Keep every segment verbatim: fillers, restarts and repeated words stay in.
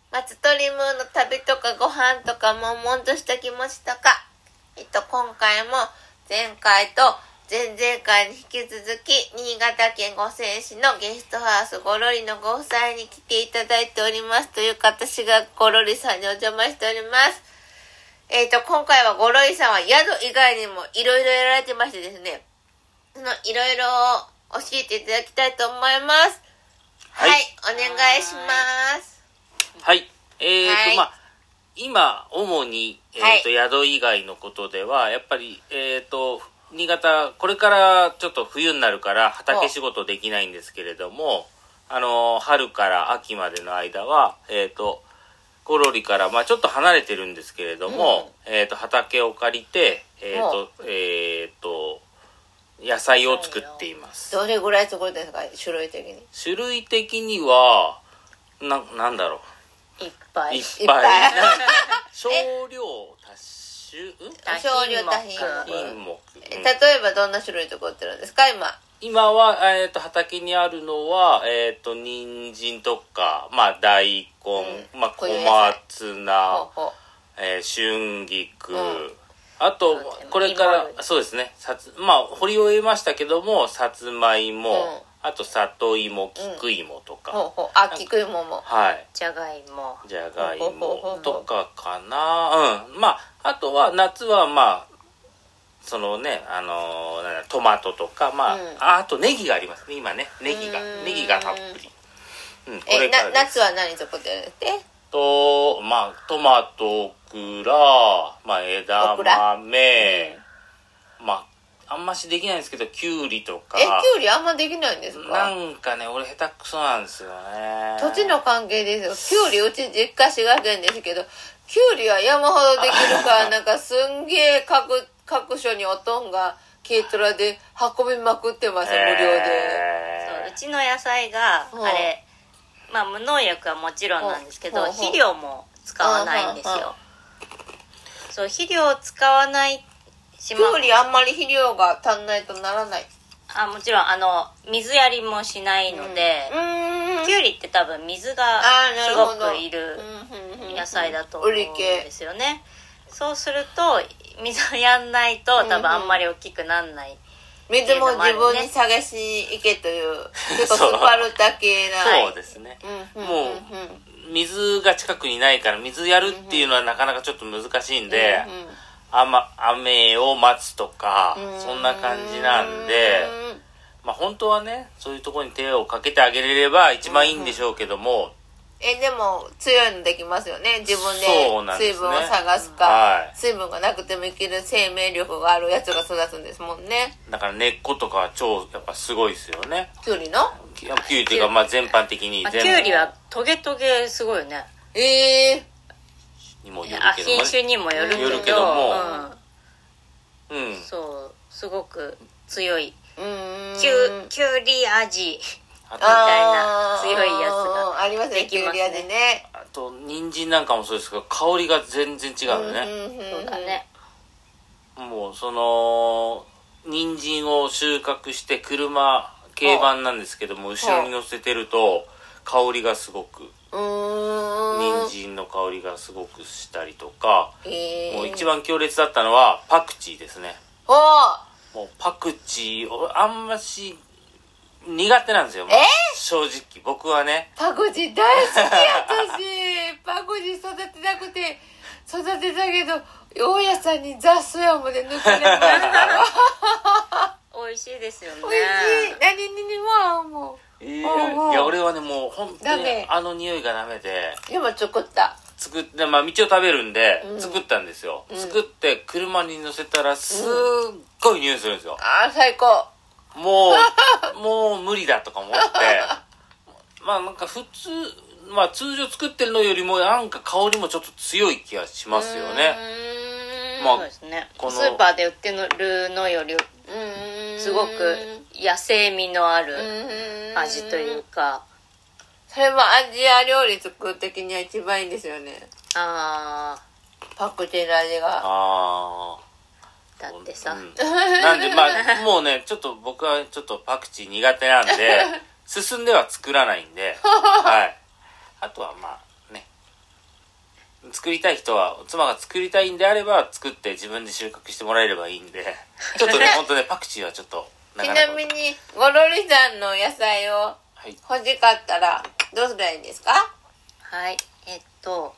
松鳥ムーの旅とかご飯とか悶々とした気持ちとか、えっと今回も前回と前々回に引き続き新潟県五泉市のゲストハウスごろりのご夫妻に来ていただいておりますというか、私がごろりさんにお邪魔しております。えっと今回はごろりさんは宿以外にもいろいろやられてましてですね、そのいろいろ教えていただきたいと思います。はい、はい、お願いします。 はい、えーと、はい、まあ今主に、えーとはい、宿以外のことではやっぱりえーと新潟これからちょっと冬になるから畑仕事できないんですけれども、あの春から秋までの間はえーとごろりから、まあ、ちょっと離れてるんですけれども、うん、えーと畑を借りてえーとえーと野菜を作っています。 どれぐらい作るんですか、種類的に？ 種類的にはな、なんだろう、いっぱいいっぱい少量多種少量多品目、 例えばどんな種類作ってるんですか今？ 今は、えー、と畑にあるのは、えー、と人参とか、まあ、大根、うん、まあ、小松菜、ほうほう、えー、春菊、うん、あとこれからそうですね、さつまあ掘り終えましたけどもさつまいも、うん、あと里芋、菊芋とか、 うん、ほうほう、あ、菊芋も、 はい、 じゃがいもじゃがいもとかかな。うん、まああとは夏はまあそのね、あのー、なんだトマトとか、まあ、うん、あ, あとネギがありますね今ね、ネギがネギがたっぷり、 うん、これからです。えな夏は何作ってるんですってと、まあトマト、オクラ、まあ、枝豆、うん、まああんましできないんですけどキュウリとか。 え、キュウリあんまできないんですか？ なんかね俺下手くそなんですよね。 土地の関係ですよ。キュウリうち実家滋賀県ですけど、キュウリは山ほどできるからなんかすんげえ各各所におとんが軽トラで運びまくってます無料で。 そう、うちの野菜があれ、まあ無農薬はもちろんなんですけど、肥料も使わないんですよ。そう、肥料を使わないしま、キュウリあんまり肥料が足んないとならない。 あ、もちろんあの水やりもしないので、うん、キュウリって多分水がすごくいる野菜だと思うんですよね。そうすると水をやんないと多分あんまり大きくなんない、 うんうん、水も自分に探しに行けという結構スパルタ系なそうですね、うんうん、もう水が近くにないから水やるっていうのはなかなかちょっと難しいんで、うんうん、雨, 雨を待つとかそんな感じなんで、まあ本当はねそういうところに手をかけてあげれれば一番いいんでしょうけども、うんうん、 えでも強いのできますよね。自分で水分を探すか、ね、はい、水分がなくても生きる生命力があるやつが育つんですもんね。 だから根っことかは超やっぱすごいですよね。 キュウリのキュウリっていうかまあ全般的に全部、 キュウリはトゲトゲすごいよね。 ええー、にもよるけども、ね、 品種にもよるけど、 よるけども、 うん、うん、そうすごく強い、うーん、キュキュウリ味みたいな強いやつがありますね。キュウリ味ね。 あと人参なんかもそうですけど香りが全然違うね。 うんうんうん、そうだね。 もうその人参を収穫して車軽バンなんですけども後ろに乗せてると香りがすごく、うーん、人参の香りがすごくしたりとか、えー、もう一番強烈だったのはパクチーですね。 おもうパクチーをあんまし苦手なんですよ、まあ、正直僕はね。 パクチー大好き私パクチー育てなくて育てたけど大家さんに雑草やもで抜かれました美味しいですよね。 美味しい。何にも合うもん、 えー、いや俺はねもう本当にあの匂いがダメで。 でも作った作って、まあ、道を食べるんで作ったんですよ、うん、作って車に乗せたらすっごい匂いするんですよ、うん、 ああ最高。 もうもう無理だとか思ってまあなんか普通まあ通常作ってるのよりもなんか香りもちょっと強い気がしますよね。 まあそうですね。このスーパーで売ってるのよりすごく野生味のある味というか。 それもアジア料理作る時には一番いいんですよね。ああパクチーの味が。ああだってさ、うん、 なんでまあもうねちょっと僕はちょっとパクチー苦手なんで進んでは作らないんではい。あとはまあね作りたい人は妻が作りたいんであれば作って自分で収穫してもらえればいいんでちょっとね本当ねパクチーはちょっとなかなか。 ちなみにゴロリさんの野菜を欲しかったらどうすればいいんですか？ はい、えっと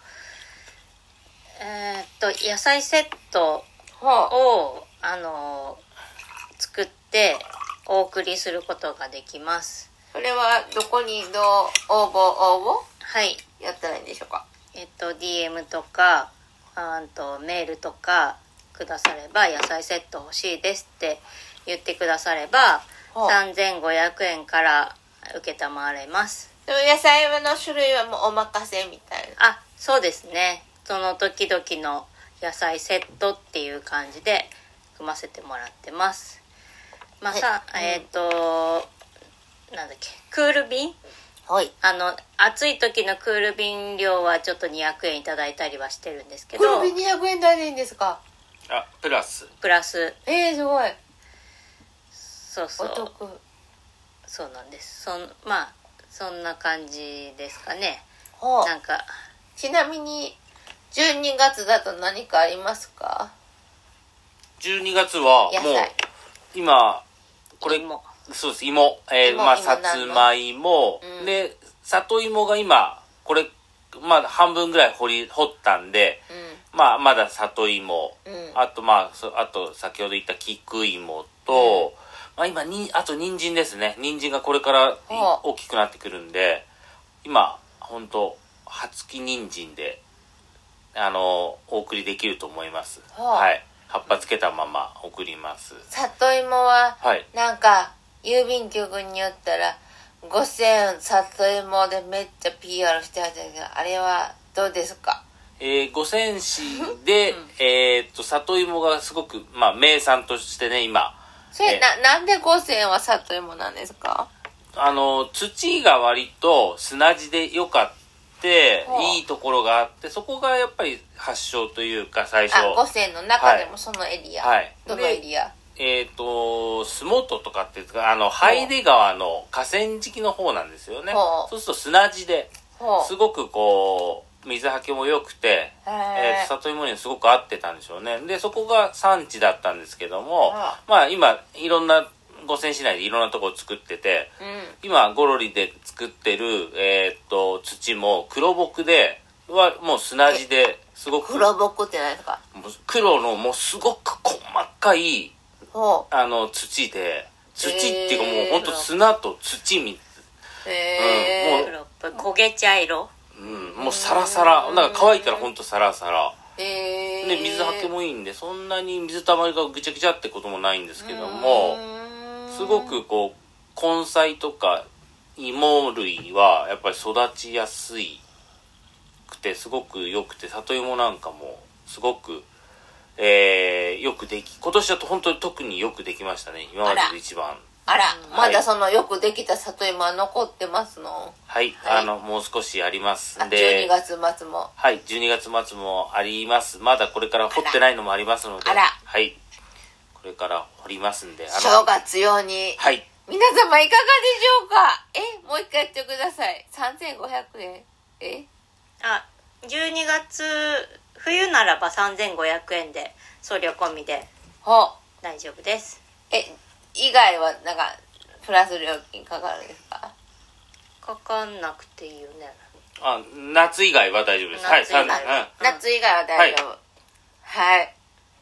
えー、っと野菜セットをあの作ってお送りすることができます。 それはどこにどう応募応募はいやったらいいんでしょうか？ えっと ディーエム とかあとメールとかくだされば野菜セット欲しいですって言ってくださればさんぜんごひゃくえんから受けたまわれます。 でも野菜の種類はもうお任せみたいな。 あ、そうですね。その時々の野菜セットっていう感じで組ませてもらってます。まあさ、はい、えっ、ー、となんだっけクール便、 はい、 あの暑い時のクール便料はちょっとにひゃくえんいただいたりはしてるんですけど。 クール便にひゃくえん台でいいんですか？ あ、プラスプラスえー、すごい。 そうそう、 お得。 そうなんです。そんまあそんな感じですかね。 はあ、 なんかちなみにじゅうにがつだと何かありますか？ じゅうにがつはもう今これ芋、 そうです芋、えー、まあさつまいも、うん、で里芋が今これまあ半分ぐらい掘り掘ったんで、うん、まあまだ里芋、うん、あとまああと先ほど言った菊芋と、うん、まあ今にあと人参ですね。人参がこれから大きくなってくるんで、今本当葉付き人参であのお送りできると思います。はい。葉っぱつけたまま送ります。 里芋は、 はい、 なんか郵便局によったらごせん里芋でめっちゃ ピーアール してはったけど、あれはどうですか？ えー、五泉市で、うん、えー、っと里芋がすごく、まあ、名産としてね今。 それ、えー、ななんで五泉は里芋なんですか？あの土が割と砂地でよかった。でいいところがあってそこがやっぱり発祥というか最初。 あ、五泉の中でもそのエリア、 はい、 どのエリア？ えっ、ー、と洲本とかっていうかあの海出川の河川敷の方なんですよね。そうすると砂地ですごくこう水はけも良くて、えー、里芋にすごく合ってたんでしょうね。でそこが産地だったんですけども、まあ今いろんな五泉市内でいろんなところ作ってて、うん、今ゴロリで作ってる、えー、っと土も黒木ではもう砂地ですごく黒木って何ですか？ 黒のもうすごく細かいあの土で土っていうかもうほんと砂と土みたいな、うん、もう焦げ茶色、 うん、もうサラサラなんか乾いたらほんとサラサラで水はけもいいんでそんなに水たまりがぐちゃぐちゃってこともないんですけどもすごくこう根菜とか芋類はやっぱり育ちやすいくてすごく良くて里芋なんかもすごく、えー、よくでき今年だと本当に特によくできましたね。今までで一番。 あら、うん、まだそのよくできた里芋は残ってますの？ はい、はい、あのもう少しありますんでじゅうにがつ末もはいじゅうにがつ末もあります。まだこれから掘ってないのもありますのであらはいこれから掘りますんで正月用にはい皆様いかがでしょうか？えもう一回言ってください。さんぜんごひゃくえんえあじゅうにがつ冬ならばさんぜんごひゃくえんで送料込みで大丈夫です。 え以外はなんかプラス料金かかるんですか？ かかんなくていいよね。 あ夏以外は大丈夫です。 夏以外は、 はい、夏以外は大丈夫。はい、はい、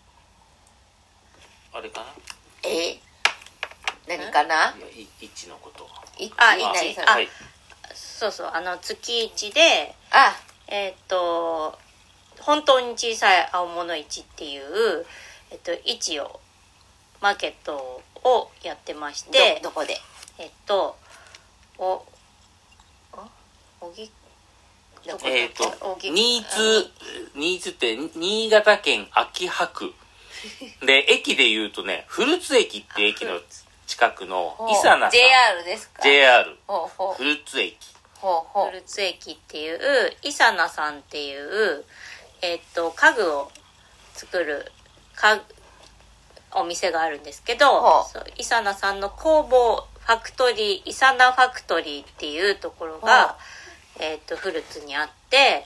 あれかなえ何かな？ いやいちのこといあいちあ、 はい、 そうそうあの月いちであえっ、ー、と本当に小さい青物市っていう、えっと、市をマーケットをやってましてど、どこでえっとおおぎえっ、ー、と新津新津って新潟県秋葉区で駅でいうとね古津駅って駅の近くの伊佐名さんジェイアール ですか？ ジェイアールほうほう古津駅ほうほう古津駅っていう伊佐名さんっていうえっと家具を作る家お店があるんですけど、そう伊佐名さんの工房ファクトリー伊佐名ファクトリーっていうところが、えっと古津にあって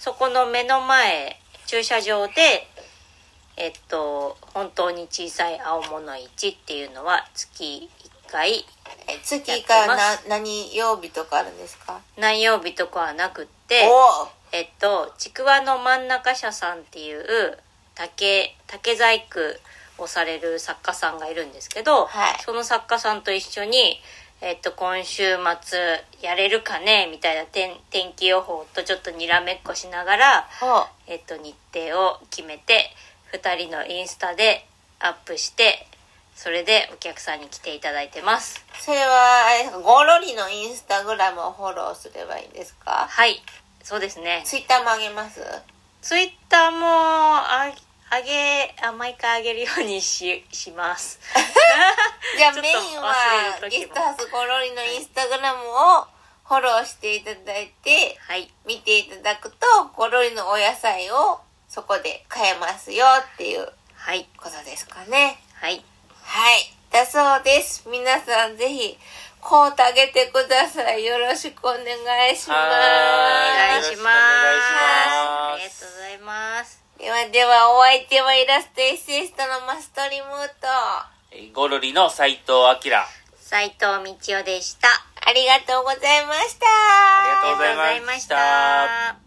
そこの目の前駐車場でえっと本当に小さい青物市っていうのは月いっかいえ月いっかいはな何曜日とかあるんですか？ 何曜日とかはなくって、えっとちくわの真ん中社さんっていう竹竹細工をされる作家さんがいるんですけど、 はい、 その作家さんと一緒にえっと今週末やれるかねみたいな天天気予報とちょっとにらめっこしながら、えっと日程を決めてふたりのインスタでアップして、それでお客さんに来ていただいてます。 それはあれですか、ゴロリのインスタグラムをフォローすればいいんですか？ はい、そうですね。 ツイッターも上げます？ ツイッターもあ上げあ毎回上げるようにししますじゃあメインはゲストハウスゴロリのインスタグラムをフォローしていただいて、 はい、 見ていただくとゴロリのお野菜をそこで買えますよっていうことですかね。 はいはい、だそうです。皆さんぜひこうてあげてください。よろしくお願いします。お願いします。ありがとうございます。 ではでは、お相手はイラストエッセイストのマストリムーとゴロリの斉藤明、 斉藤道夫でした。 ありがとうございました。 ありがとうございました。